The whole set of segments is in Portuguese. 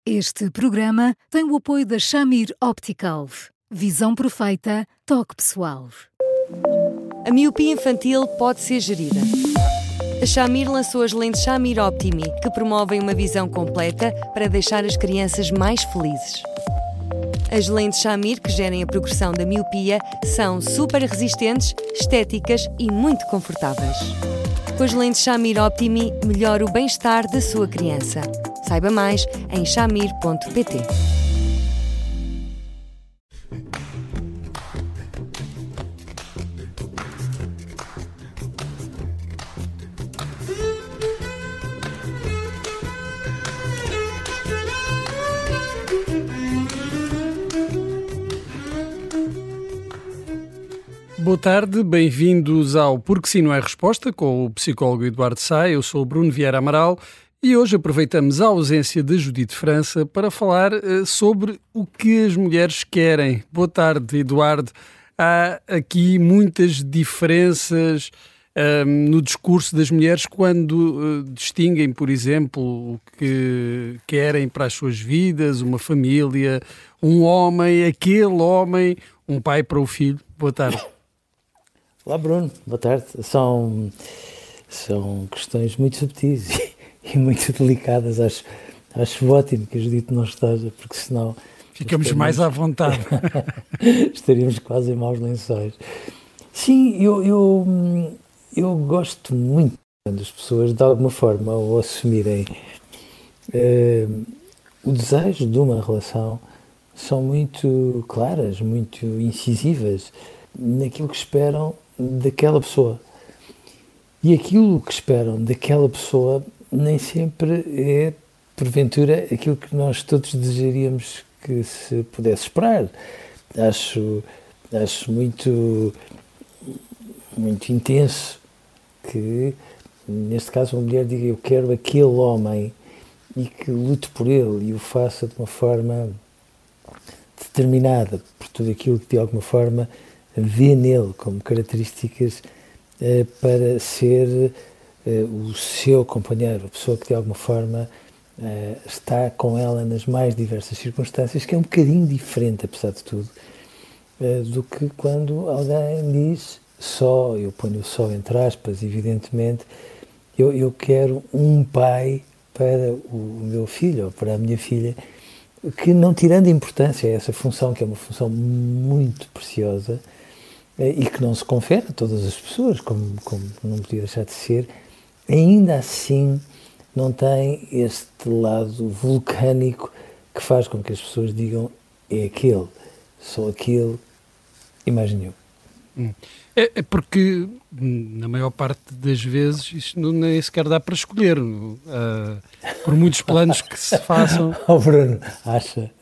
Este programa tem o apoio da Shamir Optical. Visão perfeita, toque pessoal. A miopia infantil pode ser gerida. A Shamir lançou as lentes Shamir Optimi, que promovem uma visão completa para deixar as crianças mais felizes. As lentes Shamir, que gerem a progressão da miopia, são super resistentes, estéticas e muito confortáveis. Com as lentes Shamir Optimi, melhora o bem-estar da sua criança. Saiba mais em shamir.pt. Boa tarde, bem-vindos ao Porque Sim Não É Resposta, com o psicólogo Eduardo Sá. Eu sou o Bruno Vieira Amaral e hoje aproveitamos a ausência de Judite França para falar sobre o que as mulheres querem. Boa tarde, Eduardo. Há aqui muitas diferenças no discurso das mulheres quando distinguem, por exemplo, o que querem para as suas vidas, uma família, um homem, aquele homem, um pai para o filho. Boa tarde. Olá, Bruno, boa tarde. São questões muito subtis e muito delicadas. Acho ótimo que a Judite não esteja, porque senão... Ficamos mais à vontade. Estaríamos quase em maus lençóis. Sim, eu gosto muito quando as pessoas, de alguma forma, ao assumirem o desejo de uma relação, são muito claras, muito incisivas naquilo que esperam daquela pessoa. E aquilo que esperam daquela pessoa nem sempre é, porventura, aquilo que nós todos desejaríamos que se pudesse esperar. Acho muito intenso que, neste caso, uma mulher diga: eu quero aquele homem, e que lute por ele e o faça de uma forma determinada por tudo aquilo que de alguma forma vê nele como características para ser o seu companheiro, a pessoa que de alguma forma está com ela nas mais diversas circunstâncias, que é um bocadinho diferente, apesar de tudo, do que quando alguém diz só, eu ponho só entre aspas, evidentemente, eu quero um pai para o meu filho ou para a minha filha, que, não tirando importância a essa função, que é uma função muito preciosa e que não se confere a todas as pessoas, como não podia deixar de ser, ainda assim não tem este lado vulcânico que faz com que as pessoas digam: é aquele, só aquele e mais nenhum. É porque, na maior parte das vezes, isto nem sequer dá para escolher, por muitos planos que se façam. Oh, Bruno, acha?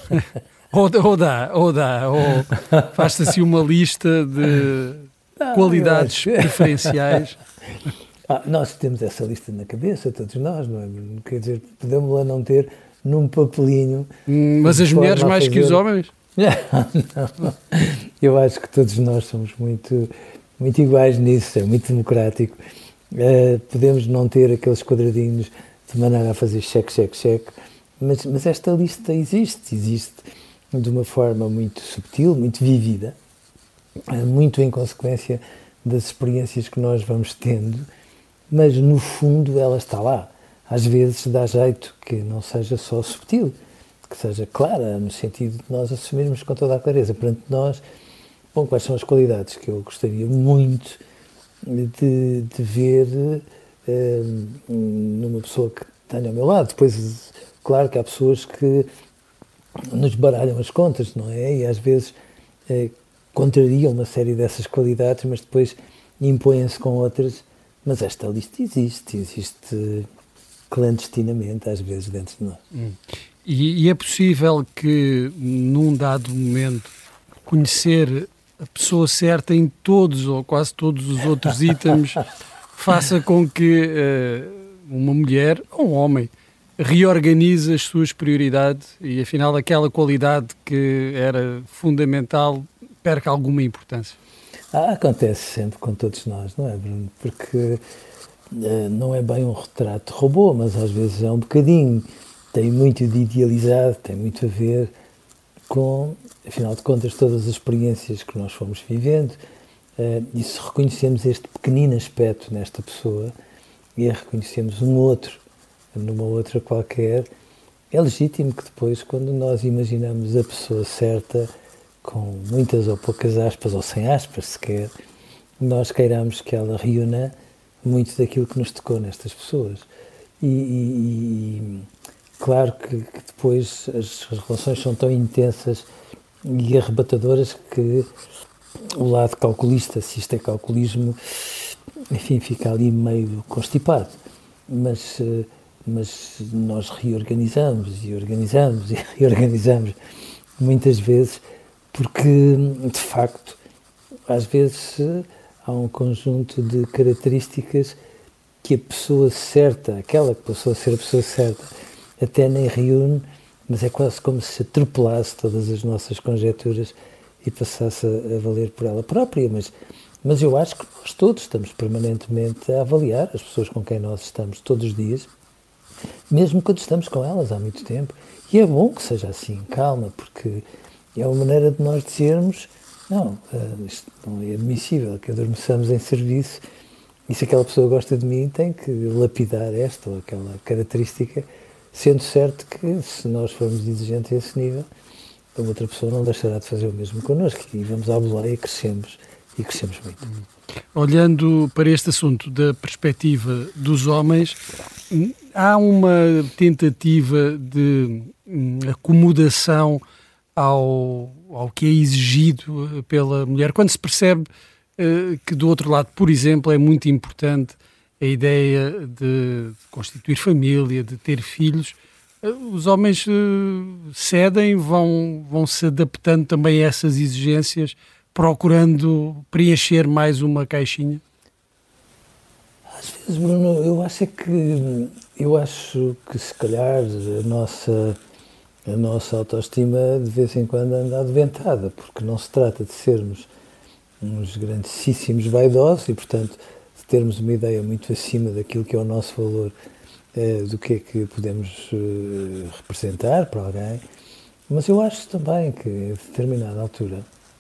Ou dá, ou faz-se assim uma lista de qualidades preferenciais. Nós temos essa lista na cabeça, todos nós, não é, Bruno? Quer dizer, podemos-la não ter num papelinho. Mas as mulheres mais que os homens? Não. Eu acho que todos nós somos muito iguais nisso, é muito democrático. Podemos não ter aqueles quadradinhos de maneira a fazer cheque, mas esta lista existe de uma forma muito subtil, muito vívida, muito em consequência das experiências que nós vamos tendo, mas no fundo ela está lá. Às vezes dá jeito que não seja só subtil, que seja clara, no sentido de nós assumirmos com toda a clareza perante nós, bom, quais são as qualidades que eu gostaria muito de ver numa pessoa que tenha ao meu lado. Depois, claro que há pessoas que nos baralham as contas, não é? E às vezes contrariam uma série dessas qualidades, mas depois impõem-se com outras. Mas esta lista existe clandestinamente, às vezes, dentro de nós. E é possível que, num dado momento, conhecer a pessoa certa em todos ou quase todos os outros itens faça com que uma mulher ou um homem reorganize as suas prioridades e, afinal, aquela qualidade que era fundamental perca alguma importância? Acontece sempre com todos nós, não é, Bruno? Porque não é bem um retrato robô, mas às vezes é um bocadinho. tem muito de idealizado, tem muito a ver com, afinal de contas, todas as experiências que nós fomos vivendo, e se reconhecemos este pequenino aspecto nesta pessoa e a reconhecemos um outro numa outra qualquer, é legítimo que depois, quando nós imaginamos a pessoa certa, com muitas ou poucas aspas, ou sem aspas sequer, nós queiramos que ela reúna muito daquilo que nos tocou nestas pessoas. E claro que depois as relações são tão intensas e arrebatadoras que o lado calculista, se isto é calculismo, enfim, fica ali meio constipado. Mas nós reorganizamos e organizamos e reorganizamos muitas vezes porque, de facto, às vezes há um conjunto de características que a pessoa certa, aquela que passou a ser a pessoa certa, até nem reúne, mas é quase como se atropelasse todas as nossas conjecturas e passasse a valer por ela própria. Mas eu acho que nós todos estamos permanentemente a avaliar as pessoas com quem nós estamos todos os dias, mesmo quando estamos com elas há muito tempo. E é bom que seja assim, calma, porque é uma maneira de nós dizermos, não, isto não é admissível que adormeçamos em serviço, e se aquela pessoa gosta de mim tem que lapidar esta ou aquela característica, sendo certo que se nós formos exigentes a esse nível, a outra pessoa não deixará de fazer o mesmo connosco, e vamos à boleia e crescemos muito. Olhando para este assunto da perspectiva dos homens, há uma tentativa de acomodação ao que é exigido pela mulher, quando se percebe que do outro lado, por exemplo, é muito importante a ideia de constituir família, de ter filhos. Os homens cedem, vão se adaptando também a essas exigências, procurando preencher mais uma caixinha? Às vezes, Bruno, eu acho que se calhar a nossa autoestima de vez em quando anda adoentada, porque não se trata de sermos uns grandíssimos vaidosos e, portanto, de termos uma ideia muito acima daquilo que é o nosso valor, do que é que podemos representar para alguém, mas eu acho também que a determinada altura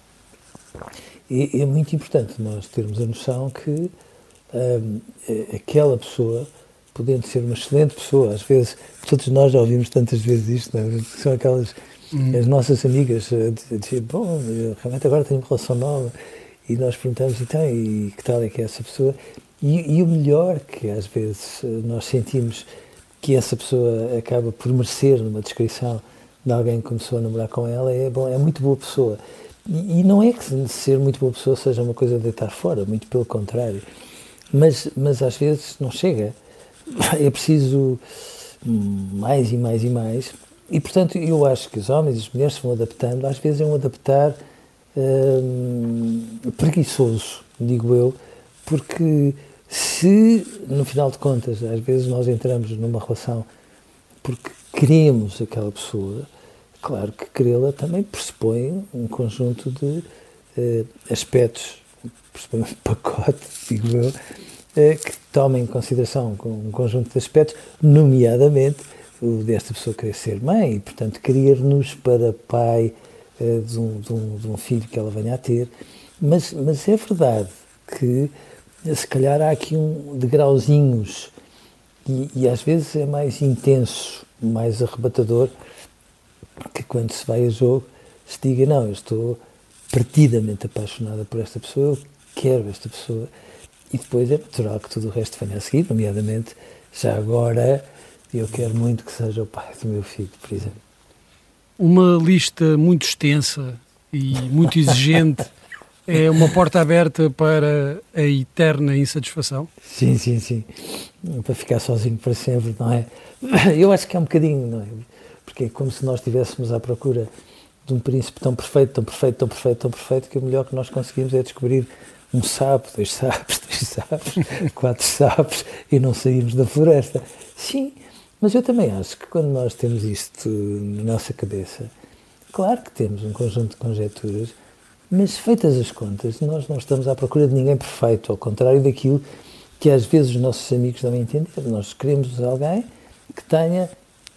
é muito importante nós termos a noção que aquela pessoa, podendo ser uma excelente pessoa, às vezes, todos nós já ouvimos tantas vezes isto, não é? São aquelas, as nossas amigas a dizer, bom, eu realmente agora tenho uma relação nova, e nós perguntamos, então, e que tal é que é essa pessoa? E o melhor que às vezes nós sentimos que essa pessoa acaba por merecer numa descrição de alguém que começou a namorar com ela, é muito boa pessoa. E não é que ser muito boa pessoa seja uma coisa de deitar fora, muito pelo contrário. Mas às vezes não chega. É preciso mais e mais e mais. E, portanto, eu acho que os homens e as mulheres se vão adaptando. Às vezes é um adaptar preguiçoso, digo eu, porque se, no final de contas, às vezes nós entramos numa relação porque queremos aquela pessoa, claro que querê-la também pressupõe um conjunto de aspectos, pressupõe um pacote, digo eu, que toma em consideração um conjunto de aspectos, nomeadamente o desta pessoa querer ser mãe e, portanto, querer-nos para pai de um filho que ela venha a ter. Mas é verdade que, se calhar, há aqui degrauzinhos e às vezes é mais intenso, mais arrebatador, que quando se vai a jogo se diga, não, eu estou perdidamente apaixonada por esta pessoa, eu quero esta pessoa, e depois é natural que tudo o resto venha a seguir, nomeadamente, já agora, eu quero muito que seja o pai do meu filho, por exemplo. Uma lista muito extensa e muito exigente é uma porta aberta para a eterna insatisfação? Sim. Para ficar sozinho para sempre, não é? Eu acho que é um bocadinho, não é? Porque é como se nós estivéssemos à procura de um príncipe tão perfeito, que o melhor que nós conseguimos é descobrir um sapo, 2 sapos, 3 sapos, 4 sapos e não sairmos da floresta. Sim, mas eu também acho que quando nós temos isto na nossa cabeça, claro que temos um conjunto de conjecturas, mas feitas as contas, nós não estamos à procura de ninguém perfeito, ao contrário daquilo que às vezes os nossos amigos devem entender. Nós queremos alguém que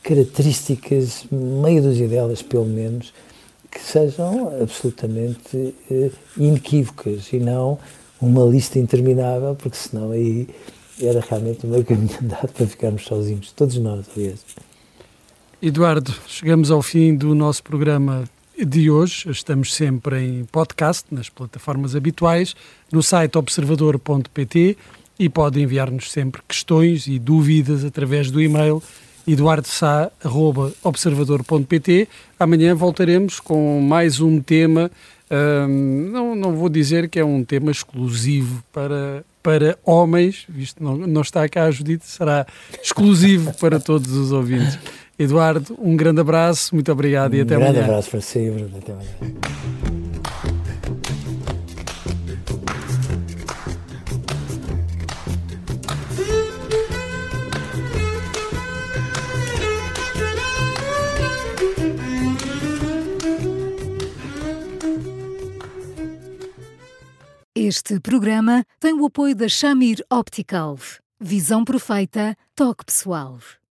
características, meia dúzia delas pelo menos, que sejam absolutamente inequívocas e não uma lista interminável, porque senão aí era realmente o meio caminho andado para ficarmos sozinhos, todos nós, aliás. Eduardo, chegamos ao fim do nosso programa de hoje. Estamos sempre em podcast, nas plataformas habituais, no site observador.pt, e pode enviar-nos sempre questões e dúvidas através do e-mail eduardosá@observador.pt. Amanhã voltaremos com mais um tema, não vou dizer que é um tema exclusivo para homens, visto não está cá a Judite, será exclusivo para todos os ouvintes. Eduardo, um grande abraço, muito obrigado e até amanhã. Um grande abraço para si, Bruno, até amanhã. Este programa tem o apoio da Shamir Optical. Visão perfeita, toque pessoal.